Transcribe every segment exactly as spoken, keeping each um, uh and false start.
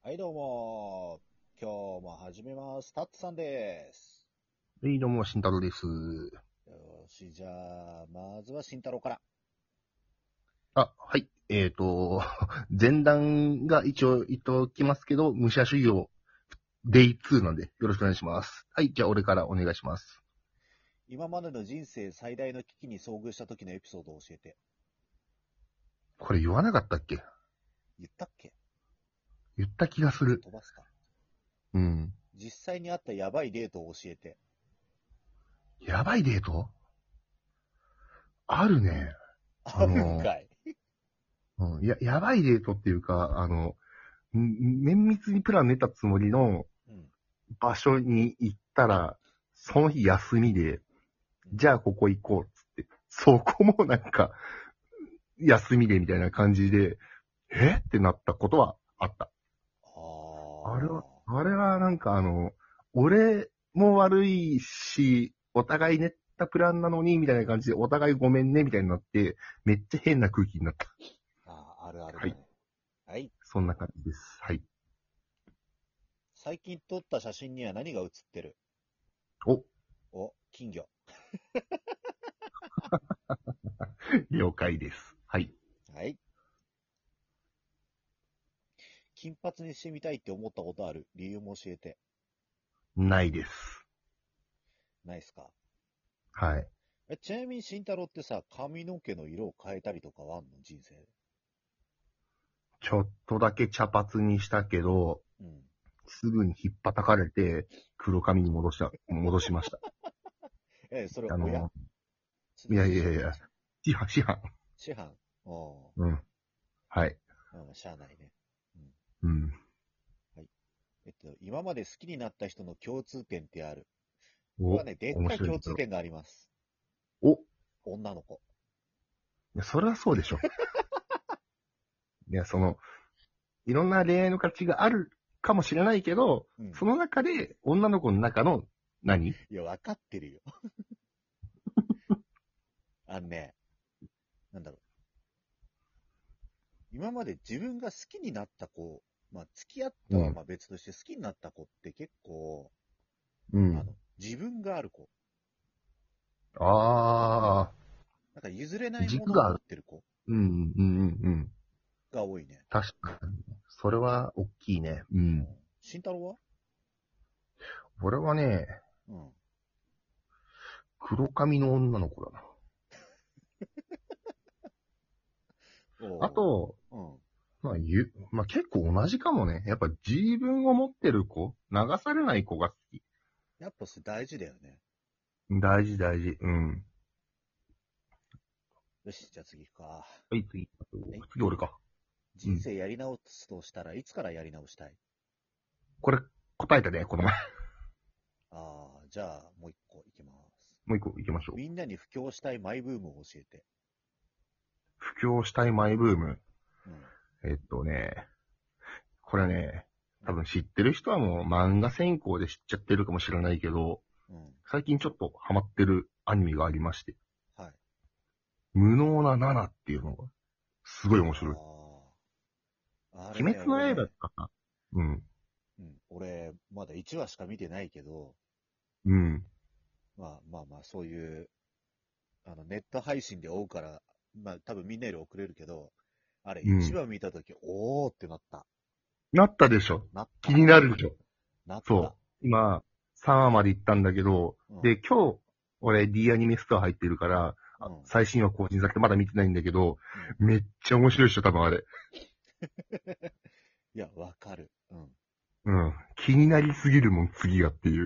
はいどうも。今日も始めます。タッツさんです。 はい、どうも、慎太郎です。 よし、じゃあ、まずは慎太郎から。 あ、はい。えっと、前段が一応言っておきますけど、武者修行、デイツーなんで、よろしくお願いします。はい、じゃあ俺からお願いします。 今までの人生最大の危機に遭遇した時のエピソードを教えて。 これ言わなかったっけ？ 言ったっけ？ 言った気がする。 飛ばすか。 うん。 実際にあったやばいデートを教えて。 やばいデートあるね。ああるんの、 かい。 うん、や、やばいデートっていうか、あの、ん綿密にプラン練ったつもりのうん。 場所に行ったら、その日休みで、 うん、 じゃあここ行こうっつって、そこもなんか、休みでみたいな感じで、えってなったことはあった。あれは、 ああれはなんかあの、俺も悪いし、お互い練ったプランなのに、みたいな感じで、お互いごめんね、みたいになって、めっちゃ変な空気になった。 ーあー、あるあるはい。 だね。はい。 そんな感じです。はい。 最近撮った写真には何が写ってる？ お、 お、金魚。 了解です。はい。 はい。金髪にしてみたいって思ったことある？理由も教えて。 ないです。 ないっすか？ はい。 え、ちなみに慎太郎ってさ、髪の毛の色を変えたりとかはあんの？人生で。 ちょっとだけ茶髪にしたけど、 うん。 すぐに引っ叩かれて、黒髪に戻した、戻しました。 え、それ親？ あの、 ついやいやいや、 し師範、師範。 師範？おうん。はい。 ー、うん、しゃあないね。うん。 うん。 はい。えっと、今まで好きになった人の共通点ってある？これはお、 ね、でっ面かい白いところ。 共通点があります。 お、い女の子。 や、それはそうでしょ。いや、その、いろんな恋愛の価値があるかもしれないけど、 うん。 その中で、女の子の中の何、 いや、わかってるよ。あのね、なんだろう。今まで自分が好きになった子、まあ、付き合ったうん。 はまあ別として好きになった子って結構、 うん。 あの、自分がある子。 ああ、 なんか譲れないものを軸がある。 持ってる子うん、うん、うん、うん。 が多いね。 確かに。それは大きいね。ううん。 ん。 慎太郎は？ 俺はね、 うん。 黒髪の女の子だな。あおと、 う。うん。 まあ、ゆ、まあ結構同じかもね。やっぱ自分を持ってる子、流されない子が好き。 やっぱそれ大事だよね。 大事大事。うん。 よし、じゃあ次行くか。 はい、次。 はい。 次俺か。うん。 人生やり直すとしたらいつからやり直したい？ これ、答えたね、この前。 ああ、じゃあもう一個いきます。 もう一個行きましょう。 みんなに布教したいマイブームを教えて。 布教したいマイブーム。 うん。 えっとね、これね、 うん。 多分知ってる人はもう漫画専攻で知っちゃってるかもしれないけど、 うん。 最近ちょっとハマってるアニメがありまして、 はい。 無能なナナっていうのが、すごい面白い。 ああ。あれね、 鬼滅の刃俺ね、 かな。うん。 うん。俺、まだいちわしか見てないけど、 うん。 まあまあまあ、そういう、あの、ネット配信で追うから、まあ多分みんなより遅れるけど、あれ1 うん。 話見たとき、おーってなった。 なったでしょ。 なった。 気になるでしょ。 なった。 そう。今、さんわまで行ったんだけど、 うん。 で、今日、俺 D アニメストア入ってるから、あうん。 最新話更新されてまだ見てないんだけど、 うん。 めっちゃ面白いっしょ、多分あれ。 いや、わかる。うん。 うん。気になりすぎるもん、次がっていう。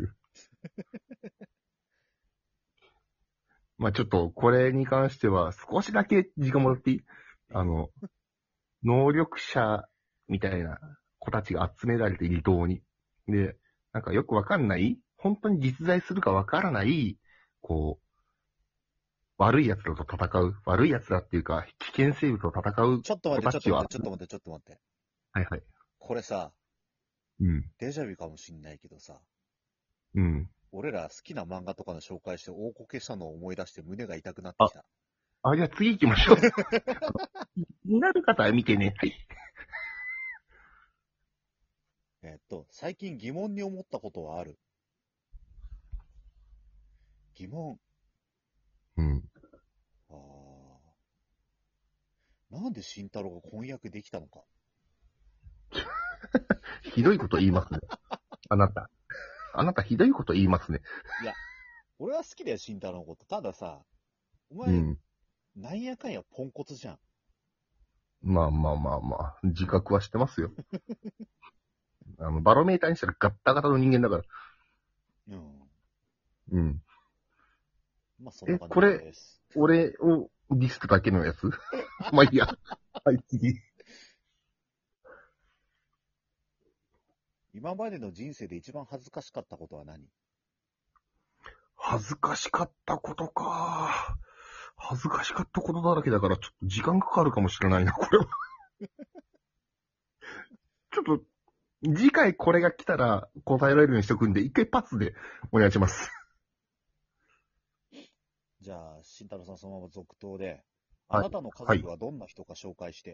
まあちょっと、これに関しては、少しだけ時間もらっていい？ いいよ。 あの、能力者みたいな子たちが集められて離島に。で、なんかよくわかんない、本当に実在するかわからない、こう、悪い奴らと戦う、悪い奴らっていうか、危険生物と戦う子ちょっと待って、ちょっと待って、 たちは、 ちょっと待って、ちょっと待って。 はいはい。 これさ、 うん。 デジャビかもしんないけどさ、 うん。 俺ら好きな漫画とかの紹介して大こけしたのを思い出して胸が痛くなってきあ、 た。 あ、じゃあ次行きましょう。気になる方は見てね。はい。 えっと、最近疑問に思ったことはある。疑問。 うん。 ああ。なんで慎太郎が婚約できたのか。 ひどいこと言いますね。あなた。あなたひどいこと言いますね。 いや、俺は好きだよ、慎太郎のこと。たださ、お前、 うん。 なんやかんやポンコツじゃん。 まあまあまあまあ。自覚はしてますよ。あの、バロメーターにしたらガッタガタの人間だから。 うん。 うん。 まあ、そんなえ、 感じこれ、 です。 俺をディスっただけのやつまあいいや。はい、次。 今までの人生で一番恥ずかしかったことは何？ 恥ずかしかったことか。恥ずかしかったことだらけだから、ちょっと時間かかるかもしれないな、これは。ちょっと、次回これが来たら答えられるようにしとくんで、一回パスでお願いします。 じゃあ、慎太郎さんそのまま続投で、あはい。 なたの家はい。 族はどんな人か紹介して。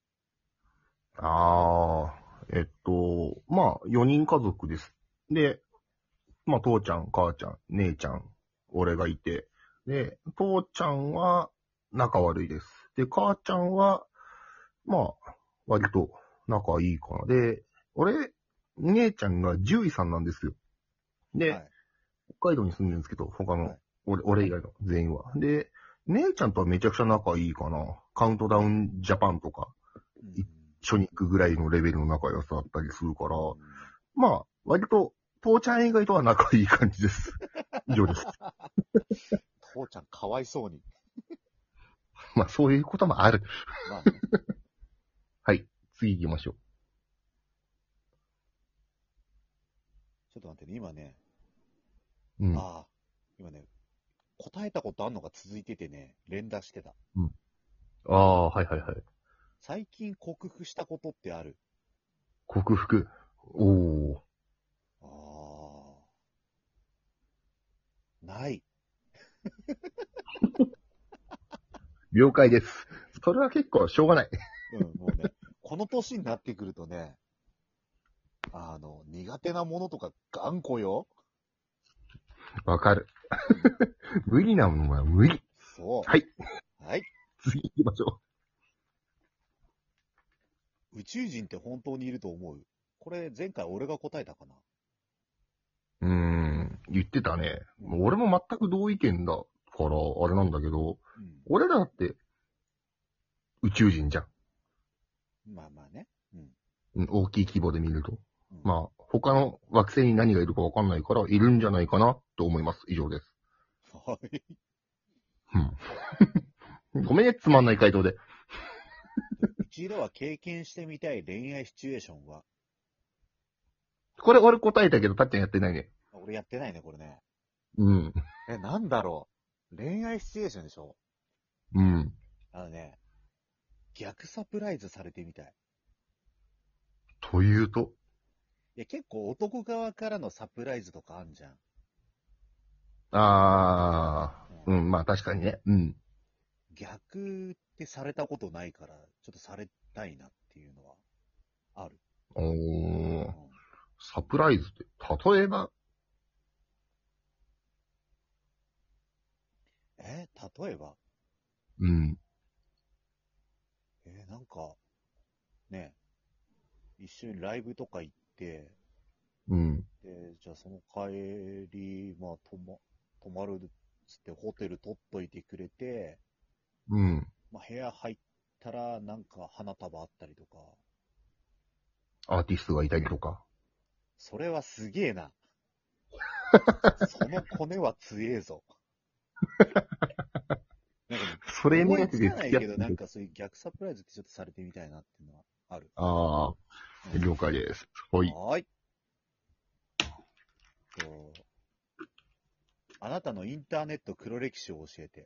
ああ、えっと、まあ、よにん家族です。で、まあ、父ちゃん、母ちゃん、姉ちゃん、俺がいて、で、父ちゃんは仲悪いです。で、母ちゃんは、まあ、割と仲いいかな。で、俺、姉ちゃんが獣医さんなんですよ。で、 はい。 北海道に住んでるんですけど、他の、 はい。 俺、俺以外の全員は。で、姉ちゃんとはめちゃくちゃ仲いいかな。カウントダウンジャパンとか、 うん。 一緒に行くぐらいのレベルの仲良さだったりするから、 うん。 まあ、割と、父ちゃん以外とは仲いい感じです。以上です。 父ちゃんかわいそうに。 まあ、そういうこともある。 まあね。 はい。次行きましょちょっと待ってね、今ね、 う。うん。 ああ、今ね、答えたことあんのが続いててね、連打してた。 うん。ああ、はいはいはい。 最近克服したことってある？ 克服。おー。 ああ、ない。 了解です。それは結構しょうがない。 うん、もうね、この年になってくるとね、あの、苦手なものとか頑固よ。 わかる。 うん、 無理なものは無理。 そはい。 う。はい。 次行きましょ宇宙人って本当にいると思う？これ前回俺が答えたかな。 う。うーん。言ってたね。 うん。 俺も全く同意見だから、あれなんだけど、 うん。 俺らだって宇宙人じゃん。 まあまあね。うん。 うん、大きい規模で見ると。 うん。 まあ、他の惑星に何がいるかわかんないから、いるんじゃないかなと思います。以上です。 はい。 うん。ごめんね、つまんない回答で。 うちらは経験してみたい恋愛シチュエーションは？ これ俺答えたけど、たっちゃんやってないね。 俺やってないね、これね。 うん。 え、なんだろう。恋愛シチュエーションでしょ？ うん。 あのね、逆サプライズされてみたい。 というと、 いや、結構男側からのサプライズとかあんじゃん。 あー、 うん。 うん、まあ確かにね。うん。 逆ってされたことないから、ちょっとされたいなっていうのはある。 おー、 うん。 サプライズって、例えば、 えー例えば、 うん、 えーなんか、ね、一緒にライブとか行って、 うん、 で、じゃあその帰り、まあ、泊ま、泊まるっつってホテル取っといてくれて、 うん。 まあ、部屋入ったらなんか花束あったりとか、 アーティストがいたりとか。 それはすげえな。そのコネは強えぞ。なんかね、 それ目思いつ当てでかないけど、 付き合ってる。 なんかそういう逆サプライズってちょっとされてみたいなっていうのはある。 あー、 うん。 了解です。ほい。 はーい。と、あなたのインターネット黒歴史を教えて。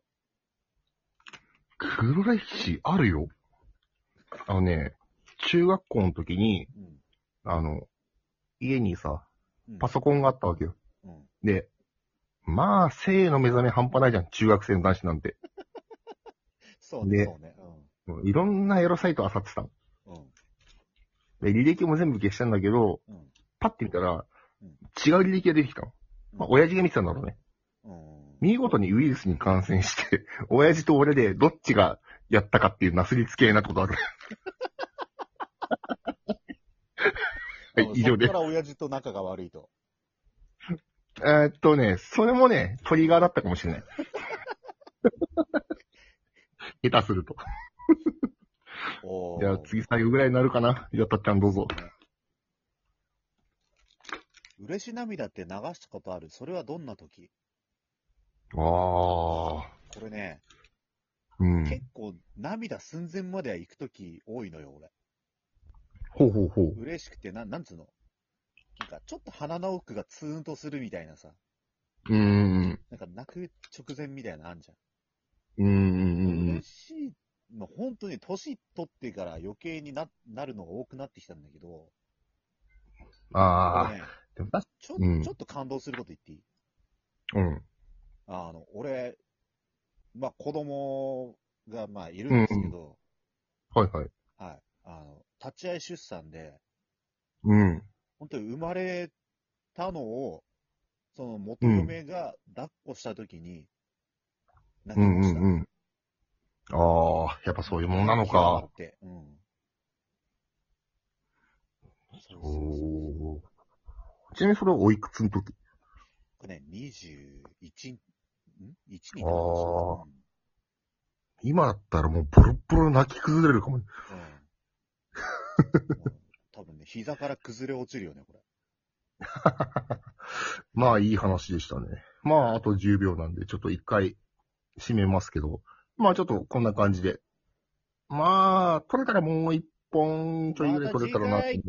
黒歴史あるよ。あのね、中学校の時に、 うん。 あの、家にさ、 うん。 パソコンがあったわけよ。 うん。 で、まあ、性の目覚め半端ないじゃん、中学生の男子なんて。 そうね、そで、 うね。 もういろんなエロサイト漁ってたの。 うん。うん。 で履歴も全部消したんだけど、 うん。 パッて見たらうん、 違う履歴が出てきたの。まあ、親父が見てたんだろうね。 うん。 見事にウイルスに感染して、親父と俺でどっちがやったかっていうなすりつけなことある。はい、以上ですそっか。ら親父と仲が悪いと。 えーっとね、それもね、トリガーだったかもしれない。下手すると。 おー。 じゃあ次最後ぐらいになるかな。やったっちゃんどうぞ。 ね。嬉し涙って流したことある？それはどんな時？ ああ、 これね、 うん。 結構涙寸前までは行く時多いのよ、俺。 ほうほうほう。 嬉しくて、な、なんつうの？なんかちょっと鼻の奥がツーンとするみたいなさ。 うーん。 なんか泣く直前みたいなのあんじゃん。 うーん。 嬉しい、まあ、本当に年取ってから余計にな、なるのが多くなってきたんだけど、 ああ、 俺ね、 でも確かちょ、 うんちょっと感動すること言っていい？ うん。 あの、俺、まあ子供がまあいるうんんですけど、 はいはい。 はい。あの、立ち会い出産で、 うん。 本当に生まれたのを、その元うん。 嫁が抱っこした時に泣うんきました。 うんうん。ああ、やっぱそういうもんなの感極まかっ。て。うん。そうそうそう。 おー。ちなみにそれはおいくつの時？ これね、にじゅういち、ん ?いち にあなろうとした。 あ、今だったらもうボロッボロ泣き崩れるかも。 うん。うん。もう多分ね、膝から崩れ落ちるよね、これ。 まあいい話でしたね。まああとじゅうびょうなんでちょっと一回締めますけど。まあちょっとこんな感じで。まあ、取れたらもう一本ちょいぐらい取れたらな。 また次回